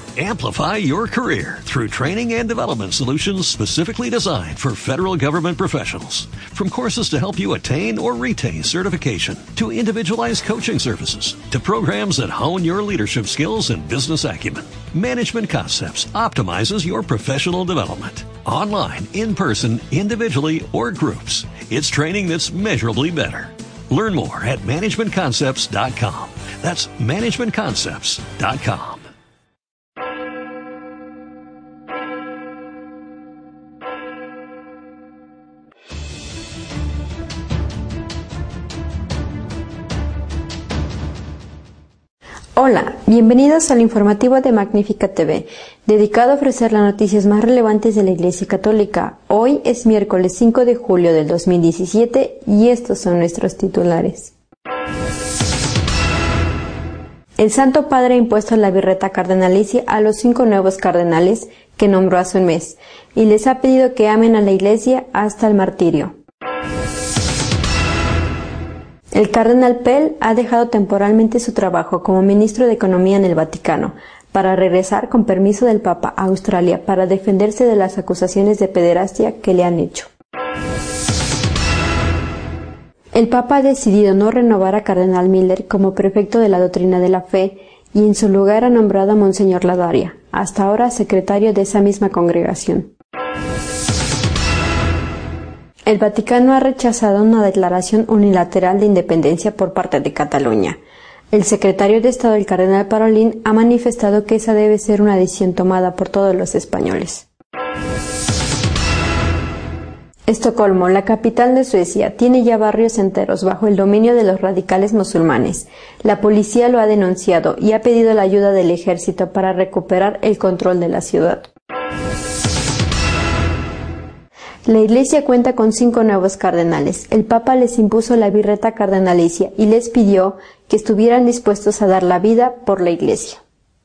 Amplify your career through training and development solutions specifically designed for federal government professionals. From courses to help you attain or retain certification, to individualized coaching services, to programs that hone your leadership skills and business acumen, Management Concepts optimizes your professional development. Online, in person, individually, or groups, it's training that's measurably better. Learn more at managementconcepts.com. That's managementconcepts.com. Hola, bienvenidos al informativo de Magnífica TV, dedicado a ofrecer las noticias más relevantes de la Iglesia Católica. Hoy es miércoles 5 de julio del 2017 y estos son nuestros titulares. El Santo Padre ha impuesto la birreta cardenalicia a los 5 nuevos cardenales que nombró hace un mes y les ha pedido que amen a la Iglesia hasta el martirio. El cardenal Pell ha dejado temporalmente su trabajo como ministro de Economía en el Vaticano para regresar con permiso del Papa a Australia para defenderse de las acusaciones de pederastia que le han hecho. El Papa ha decidido no renovar a Cardenal Miller como prefecto de la doctrina de la fe y en su lugar ha nombrado a Monseñor Ladaria, hasta ahora secretario de esa misma congregación. El Vaticano ha rechazado una declaración unilateral de independencia por parte de Cataluña. El secretario de Estado, el cardenal Parolin, ha manifestado que esa debe ser una decisión tomada por todos los españoles. Estocolmo, la capital de Suecia, tiene ya barrios enteros bajo el dominio de los radicales musulmanes. La policía lo ha denunciado y ha pedido la ayuda del ejército para recuperar el control de la ciudad. La Iglesia cuenta con 5 nuevos cardenales. El Papa les impuso la birreta cardenalicia y les pidió que estuvieran dispuestos a dar la vida por la Iglesia.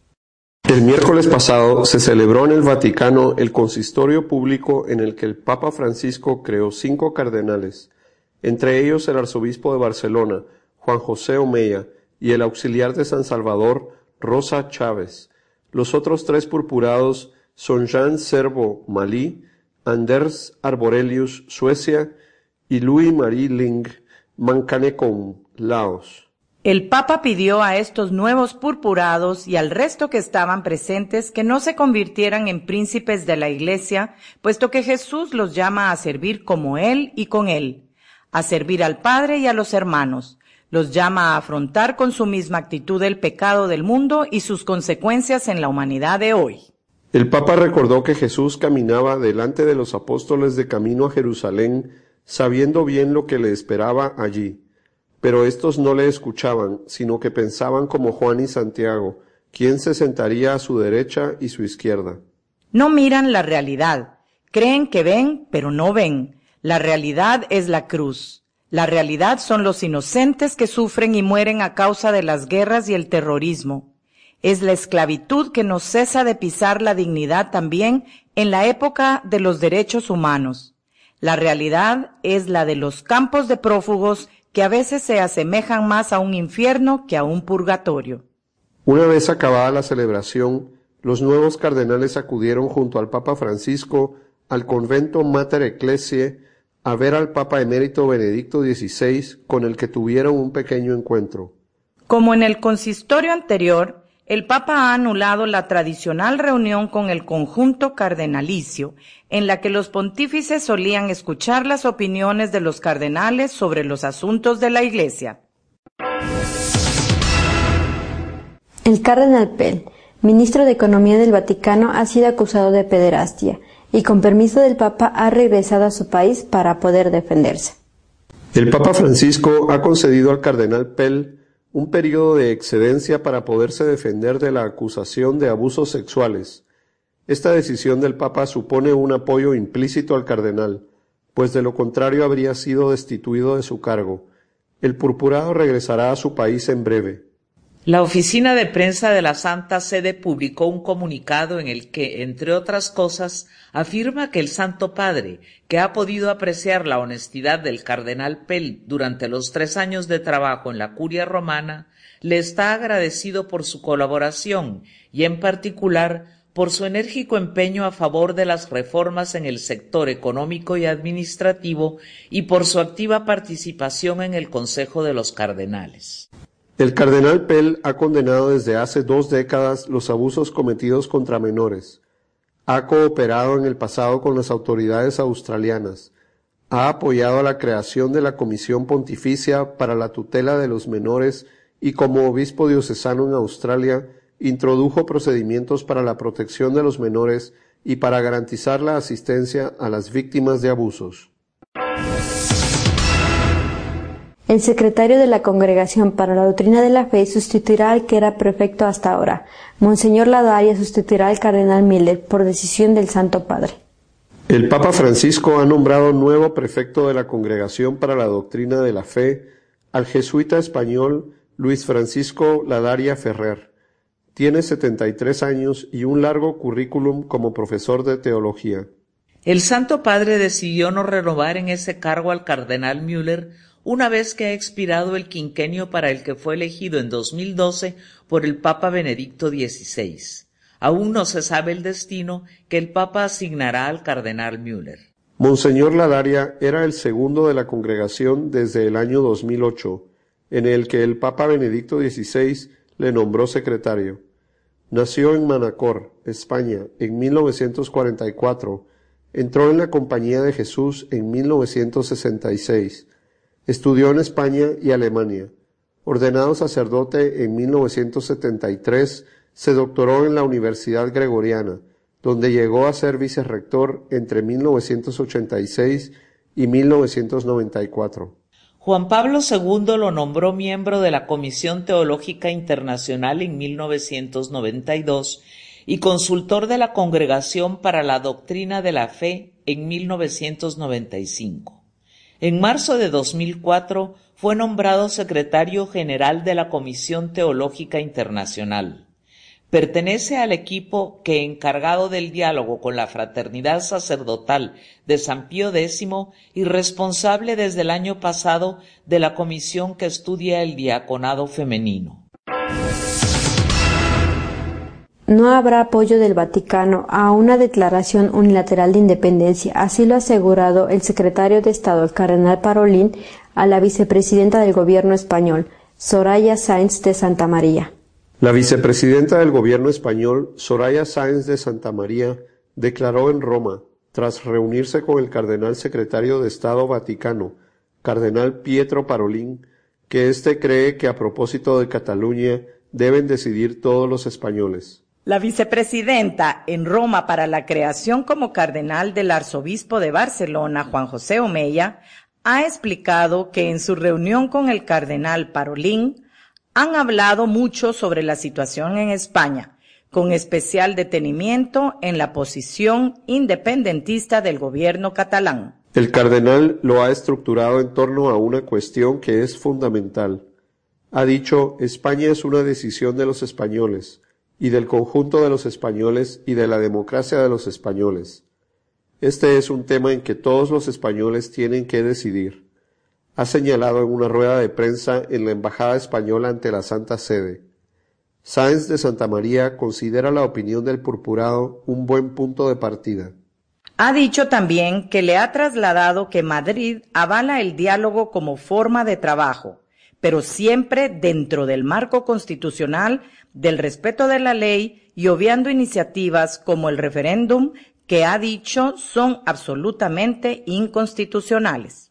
El miércoles pasado se celebró en el Vaticano el consistorio público en el que el Papa Francisco creó 5 cardenales, entre ellos el arzobispo de Barcelona, Juan José Omeya, y el auxiliar de San Salvador, Rosa Chávez. Los otros 3 purpurados son Jean Servo, Malí, Anders Arborelius, Suecia, y Louis-Marie Ling, Mankanekong, Laos. El Papa pidió a estos nuevos purpurados y al resto que estaban presentes que no se convirtieran en príncipes de la Iglesia, puesto que Jesús los llama a servir como Él y con Él, a servir al Padre y a los hermanos. Los llama a afrontar con su misma actitud el pecado del mundo y sus consecuencias en la humanidad de hoy. El Papa recordó que Jesús caminaba delante de los apóstoles de camino a Jerusalén, sabiendo bien lo que le esperaba allí. Pero estos no le escuchaban, sino que pensaban como Juan y Santiago, quién se sentaría a su derecha y su izquierda. No miran la realidad. Creen que ven, pero no ven. La realidad es la cruz. La realidad son los inocentes que sufren y mueren a causa de las guerras y el terrorismo. Es la esclavitud que no cesa de pisar la dignidad también en la época de los derechos humanos. La realidad es la de los campos de prófugos que a veces se asemejan más a un infierno que a un purgatorio. Una vez acabada la celebración, los nuevos cardenales acudieron junto al Papa Francisco al convento Mater Ecclesiae a ver al Papa emérito Benedicto XVI, con el que tuvieron un pequeño encuentro. Como en el consistorio anterior, el Papa ha anulado la tradicional reunión con el conjunto cardenalicio, en la que los pontífices solían escuchar las opiniones de los cardenales sobre los asuntos de la Iglesia. El cardenal Pell, ministro de Economía del Vaticano, ha sido acusado de pederastia y con permiso del Papa ha regresado a su país para poder defenderse. El Papa Francisco ha concedido al cardenal Pell un periodo de excedencia para poderse defender de la acusación de abusos sexuales. Esta decisión del Papa supone un apoyo implícito al cardenal, pues de lo contrario habría sido destituido de su cargo. El purpurado regresará a su país en breve. La oficina de prensa de la Santa Sede publicó un comunicado en el que, entre otras cosas, afirma que el Santo Padre, que ha podido apreciar la honestidad del cardenal Pell durante los 3 años de trabajo en la Curia Romana, le está agradecido por su colaboración y, en particular, por su enérgico empeño a favor de las reformas en el sector económico y administrativo y por su activa participación en el Consejo de los Cardenales. El cardenal Pell ha condenado desde hace 2 décadas los abusos cometidos contra menores. Ha cooperado en el pasado con las autoridades australianas. Ha apoyado la creación de la Comisión Pontificia para la Tutela de los Menores y como obispo diocesano en Australia, introdujo procedimientos para la protección de los menores y para garantizar la asistencia a las víctimas de abusos. El secretario de la Congregación para la Doctrina de la Fe sustituirá al que era prefecto hasta ahora. Monseñor Ladaria sustituirá al cardenal Miller por decisión del Santo Padre. El Papa Francisco ha nombrado nuevo prefecto de la Congregación para la Doctrina de la Fe al jesuita español Luis Francisco Ladaria Ferrer. Tiene 73 años y un largo currículum como profesor de teología. El Santo Padre decidió no renovar en ese cargo al cardenal Müller una vez que ha expirado el quinquenio para el que fue elegido en 2012 por el Papa Benedicto XVI. Aún no se sabe el destino que el Papa asignará al cardenal Müller. Monseñor Ladaria era el segundo de la congregación desde el año 2008, en el que el Papa Benedicto XVI le nombró secretario. Nació en Manacor, España, en 1944. Entró en la Compañía de Jesús en 1966. Estudió en España y Alemania. Ordenado sacerdote en 1973, se doctoró en la Universidad Gregoriana, donde llegó a ser vicerrector entre 1986 y 1994. Juan Pablo II lo nombró miembro de la Comisión Teológica Internacional en 1992 y consultor de la Congregación para la Doctrina de la Fe en 1995. En marzo de 2004 fue nombrado secretario general de la Comisión Teológica Internacional. Pertenece al equipo que, encargado del diálogo con la fraternidad sacerdotal de San Pío X y responsable desde el año pasado de la comisión que estudia el diaconado femenino. No habrá apoyo del Vaticano a una declaración unilateral de independencia, así lo ha asegurado el secretario de Estado, el cardenal Parolin, a la vicepresidenta del gobierno español, Soraya Sáenz de Santamaría. La vicepresidenta del gobierno español, Soraya Sáenz de Santamaría, declaró en Roma, tras reunirse con el cardenal secretario de Estado Vaticano, cardenal Pietro Parolin, que éste cree que a propósito de Cataluña deben decidir todos los españoles. La vicepresidenta en Roma para la creación como cardenal del arzobispo de Barcelona, Juan José Omeya, ha explicado que en su reunión con el cardenal Parolin han hablado mucho sobre la situación en España, con especial detenimiento en la posición independentista del gobierno catalán. El cardenal lo ha estructurado en torno a una cuestión que es fundamental. Ha dicho, España es una decisión de los españoles, y del conjunto de los españoles y de la democracia de los españoles. Este es un tema en que todos los españoles tienen que decidir. Ha señalado en una rueda de prensa en la Embajada Española ante la Santa Sede. Sáenz de Santamaría considera la opinión del purpurado un buen punto de partida. Ha dicho también que le ha trasladado que Madrid avala el diálogo como forma de trabajo, pero siempre dentro del marco constitucional del respeto de la ley y obviando iniciativas como el referéndum que ha dicho son absolutamente inconstitucionales.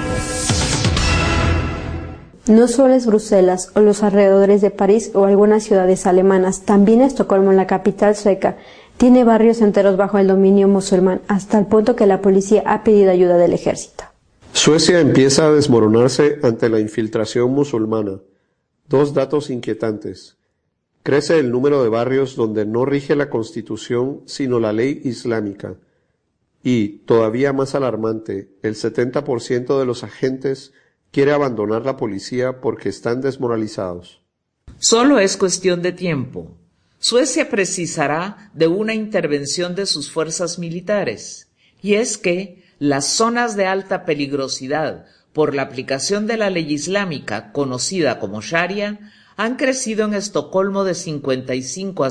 No solo es Bruselas o los alrededores de París o algunas ciudades alemanas, también Estocolmo, la capital sueca, tiene barrios enteros bajo el dominio musulmán, hasta el punto que la policía ha pedido ayuda del ejército. Suecia empieza a desmoronarse ante la infiltración musulmana. 2 datos inquietantes. Crece el número de barrios donde no rige la Constitución sino la ley islámica. Y, todavía más alarmante, el 70% de los agentes quiere abandonar la policía porque están desmoralizados. Solo es cuestión de tiempo. Suecia precisará de una intervención de sus fuerzas militares, y es que las zonas de alta peligrosidad por la aplicación de la ley islámica conocida como Sharia han crecido en Estocolmo de 55 a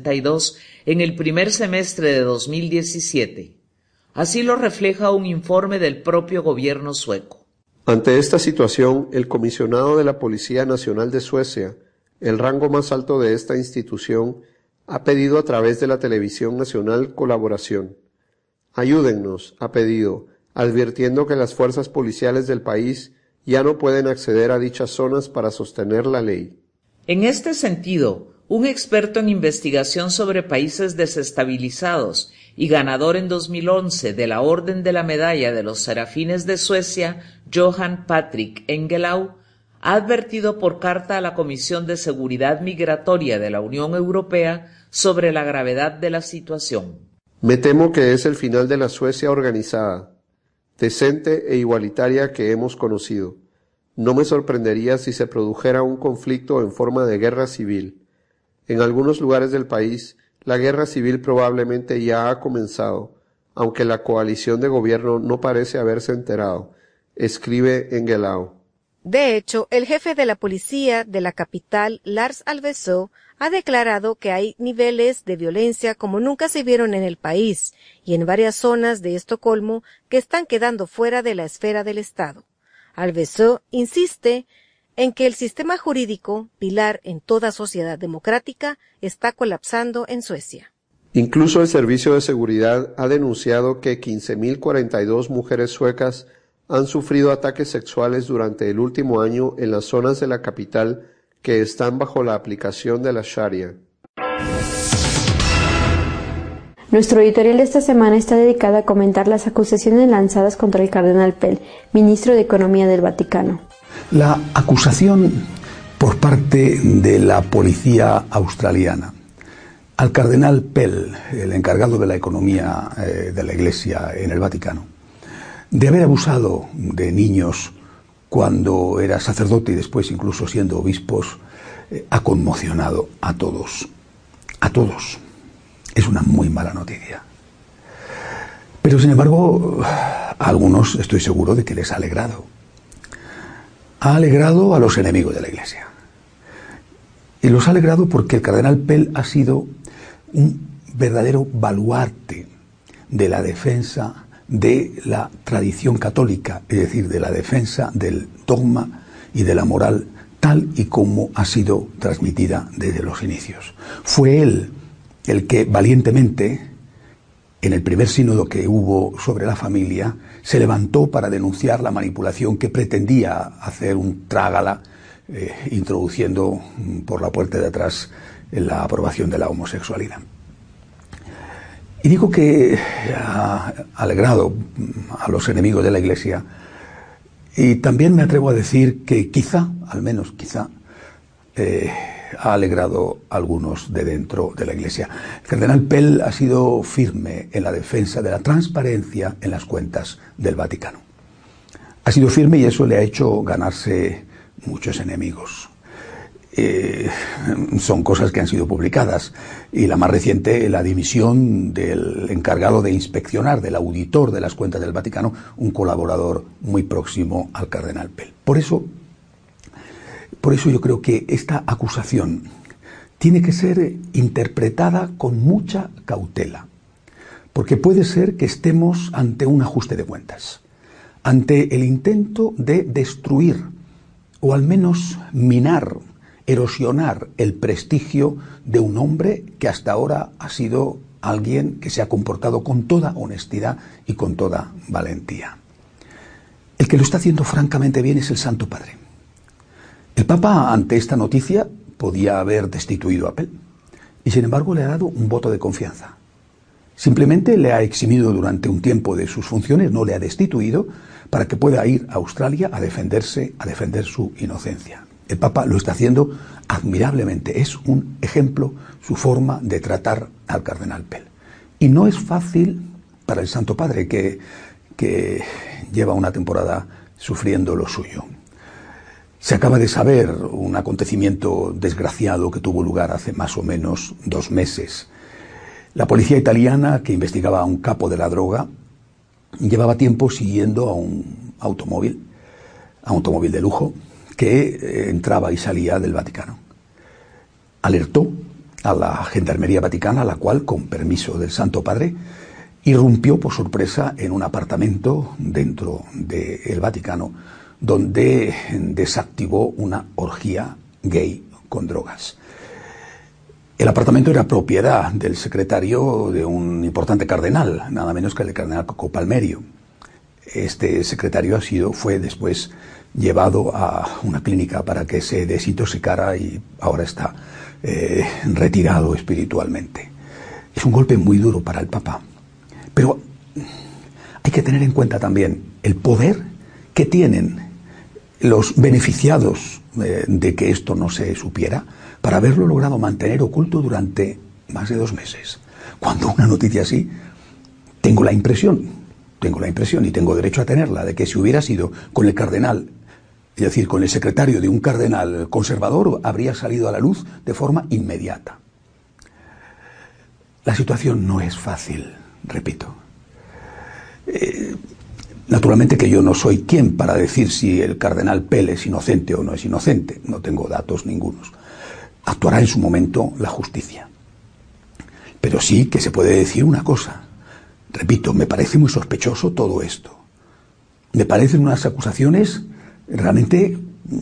62 en el primer semestre de 2017. Así lo refleja un informe del propio gobierno sueco. Ante esta situación, el comisionado de la Policía Nacional de Suecia, el rango más alto de esta institución, ha pedido a través de la televisión nacional colaboración. Ayúdennos, ha pedido, advirtiendo que las fuerzas policiales del país ya no pueden acceder a dichas zonas para sostener la ley. En este sentido, un experto en investigación sobre países desestabilizados y ganador en 2011 de la Orden de la Medalla de los Serafines de Suecia, Johan Patrik Engelau, ha advertido por carta a la Comisión de Seguridad Migratoria de la Unión Europea sobre la gravedad de la situación. Me temo que es el final de la Suecia organizada, decente e igualitaria que hemos conocido. No me sorprendería si se produjera un conflicto en forma de guerra civil. En algunos lugares del país, la guerra civil probablemente ya ha comenzado, aunque la coalición de gobierno no parece haberse enterado, escribe Engelau. De hecho, el jefe de la policía de la capital, Lars Alvesö, ha declarado que hay niveles de violencia como nunca se vieron en el país y en varias zonas de Estocolmo que están quedando fuera de la esfera del Estado. Alvesö insiste en que el sistema jurídico, pilar en toda sociedad democrática, está colapsando en Suecia. Incluso el Servicio de Seguridad ha denunciado que 15.042 mujeres suecas han sufrido ataques sexuales durante el último año en las zonas de la capital que están bajo la aplicación de la Sharia. Nuestro editorial de esta semana está dedicado a comentar las acusaciones lanzadas contra el cardenal Pell, ministro de Economía del Vaticano. La acusación por parte de la policía australiana al cardenal Pell, el encargado de la economía de la Iglesia en el Vaticano, de haber abusado de niños cuando era sacerdote y después incluso siendo obispos, ha conmocionado a todos. A todos. Es una muy mala noticia. Pero sin embargo, a algunos estoy seguro de que les ha alegrado. Ha alegrado a los enemigos de la Iglesia. Y los ha alegrado porque el cardenal Pell ha sido un verdadero baluarte de la defensa de la tradición católica, es decir, de la defensa del dogma y de la moral tal y como ha sido transmitida desde los inicios. Fue él el que valientemente, en el primer sínodo que hubo sobre la familia, se levantó para denunciar la manipulación que pretendía hacer un trágala, introduciendo por la puerta de atrás la aprobación de la homosexualidad. Y digo que ha alegrado a los enemigos de la Iglesia, y también me atrevo a decir que quizá, al menos quizá, ha alegrado a algunos de dentro de la Iglesia. El cardenal Pell ha sido firme en la defensa de la transparencia en las cuentas del Vaticano. Ha sido firme y eso le ha hecho ganarse muchos enemigos. Son cosas que han sido publicadas, y la más reciente, la dimisión del encargado de inspeccionar, del auditor de las cuentas del Vaticano, un colaborador muy próximo al cardenal Pell. Por eso yo creo que esta acusación tiene que ser interpretada con mucha cautela, porque puede ser que estemos ante un ajuste de cuentas, ante el intento de destruir o al menos minar, erosionar el prestigio de un hombre que hasta ahora ha sido alguien que se ha comportado con toda honestidad y con toda valentía. El que lo está haciendo francamente bien es el Santo Padre. El Papa, ante esta noticia, podía haber destituido a Pell, y sin embargo le ha dado un voto de confianza. Simplemente le ha eximido durante un tiempo de sus funciones, no le ha destituido, para que pueda ir a Australia a defender su inocencia. El Papa lo está haciendo admirablemente. Es un ejemplo su forma de tratar al cardenal Pell. Y no es fácil para el Santo Padre, que lleva una temporada sufriendo lo suyo. Se acaba de saber un acontecimiento desgraciado que tuvo lugar hace más o menos 2 meses. La policía italiana, que investigaba a un capo de la droga, llevaba tiempo siguiendo a un automóvil de lujo, que entraba y salía del Vaticano. Alertó a la Gendarmería Vaticana, la cual, con permiso del Santo Padre, irrumpió por sorpresa en un apartamento dentro del Vaticano, donde desactivó una orgía gay con drogas. El apartamento era propiedad del secretario de un importante cardenal, nada menos que el cardenal Coco Palmerio. Este secretario fue después llevado a una clínica para que se desintoxicara y ahora está retirado espiritualmente. Es un golpe muy duro para el Papa, pero hay que tener en cuenta también el poder que tienen los beneficiados de que esto no se supiera para haberlo logrado mantener oculto durante más de 2 meses. Cuando una noticia así, tengo la impresión y tengo derecho a tenerla, de que si hubiera sido con el cardenal, es decir, con el secretario de un cardenal conservador, habría salido a la luz de forma inmediata. La situación no es fácil, repito. Naturalmente que yo no soy quien para decir si el cardenal Pell es inocente o no es inocente, no tengo datos ningunos. Actuará en su momento la justicia. Pero sí que se puede decir una cosa. Repito, me parece muy sospechoso todo esto. Me parecen unas acusaciones realmente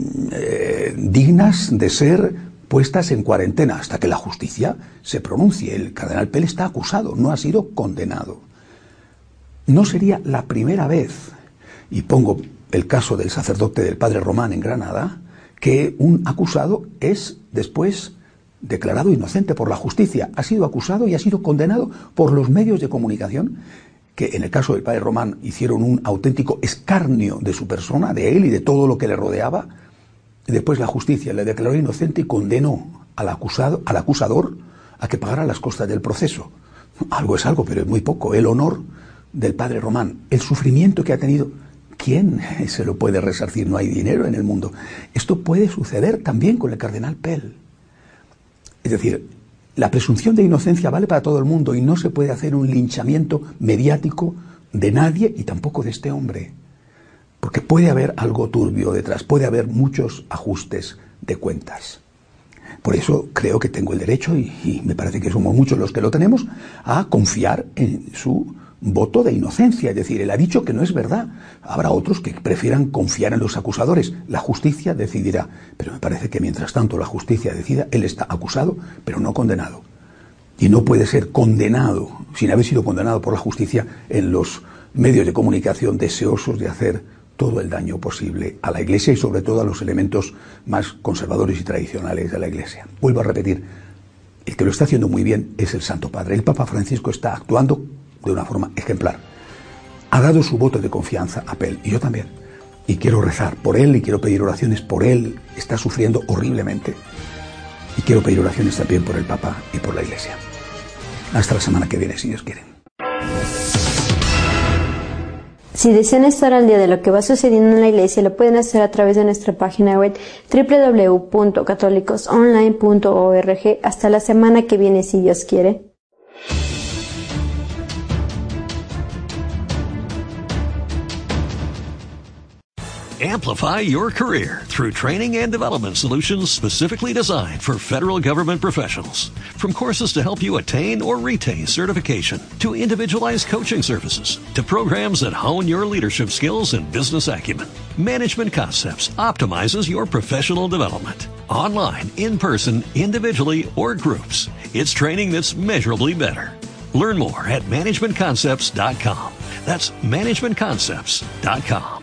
dignas de ser puestas en cuarentena hasta que la justicia se pronuncie. El cardenal Pell está acusado, no ha sido condenado. No sería la primera vez, y pongo el caso del sacerdote del padre Román en Granada, que un acusado es después declarado inocente por la justicia. Ha sido acusado y ha sido condenado por los medios de comunicación, que en el caso del padre Román hicieron un auténtico escarnio de su persona, de él y de todo lo que le rodeaba. Y después la justicia le declaró inocente y condenó al acusador a que pagara las costas del proceso. Algo es algo, pero es muy poco. El honor del padre Román, el sufrimiento que ha tenido, ¿quién se lo puede resarcir? No hay dinero en el mundo. Esto puede suceder también con el cardenal Pell. Es decir, la presunción de inocencia vale para todo el mundo y no se puede hacer un linchamiento mediático de nadie y tampoco de este hombre. Porque puede haber algo turbio detrás, puede haber muchos ajustes de cuentas. Por eso creo que tengo el derecho, y me parece que somos muchos los que lo tenemos, a confiar en su voto de inocencia. Es decir, él ha dicho que no es verdad. Habrá otros que prefieran confiar en los acusadores. La justicia decidirá. Pero me parece que mientras tanto la justicia decida, él está acusado, pero no condenado. Y no puede ser condenado, sin haber sido condenado por la justicia, en los medios de comunicación deseosos de hacer todo el daño posible a la Iglesia y sobre todo a los elementos más conservadores y tradicionales de la Iglesia. Vuelvo a repetir, el que lo está haciendo muy bien es el Santo Padre. El Papa Francisco está actuando de una forma ejemplar. Ha dado su voto de confianza a Pell, y yo también. Y quiero rezar por él y quiero pedir oraciones por él. Está sufriendo horriblemente. Y quiero pedir oraciones también por el Papa y por la Iglesia. Hasta la semana que viene, si Dios quiere. Si desean estar al día de lo que va sucediendo en la Iglesia, lo pueden hacer a través de nuestra página web www.católicosonline.org. Hasta la semana que viene, si Dios quiere. Amplify your career through training and development solutions specifically designed for federal government professionals. From courses to help you attain or retain certification, to individualized coaching services, to programs that hone your leadership skills and business acumen, Management Concepts optimizes your professional development. Online, in person, individually, or groups, it's training that's measurably better. Learn more at managementconcepts.com. That's managementconcepts.com.